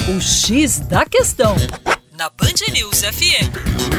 O X da Questão, na Band News FM.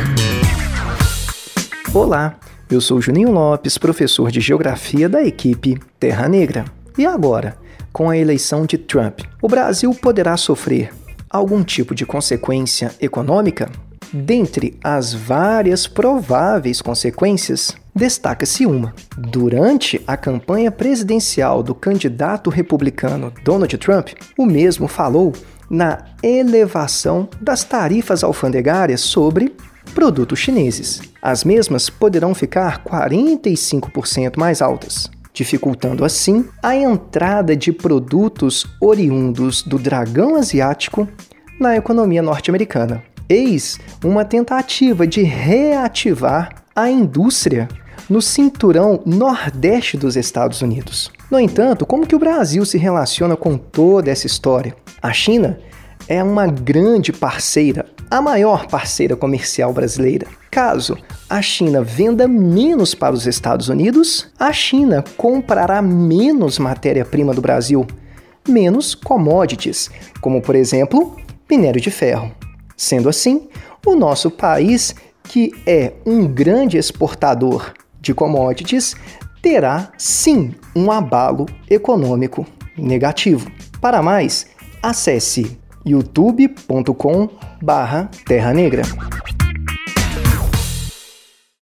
Olá, eu sou Juninho Lopes, professor de Geografia da equipe Terra Negra. E agora, com a eleição de Trump, o Brasil poderá sofrer algum tipo de consequência econômica? Dentre as várias prováveis consequências, destaca-se uma. Durante a campanha presidencial do candidato republicano Donald Trump, o mesmo falou na elevação das tarifas alfandegárias sobre produtos chineses. As mesmas poderão ficar 45% mais altas, dificultando assim a entrada de produtos oriundos do dragão asiático na economia norte-americana. Eis uma tentativa de reativar a indústria no cinturão nordeste dos Estados Unidos. No entanto, como que o Brasil se relaciona com toda essa história? A China é uma grande parceira, a maior parceira comercial brasileira. Caso a China venda menos para os Estados Unidos, a China comprará menos matéria-prima do Brasil, menos commodities, como por exemplo, minério de ferro. Sendo assim, o nosso país, que é um grande exportador de commodities, terá sim um abalo econômico negativo. Para mais, acesse youtube.com/terra negra.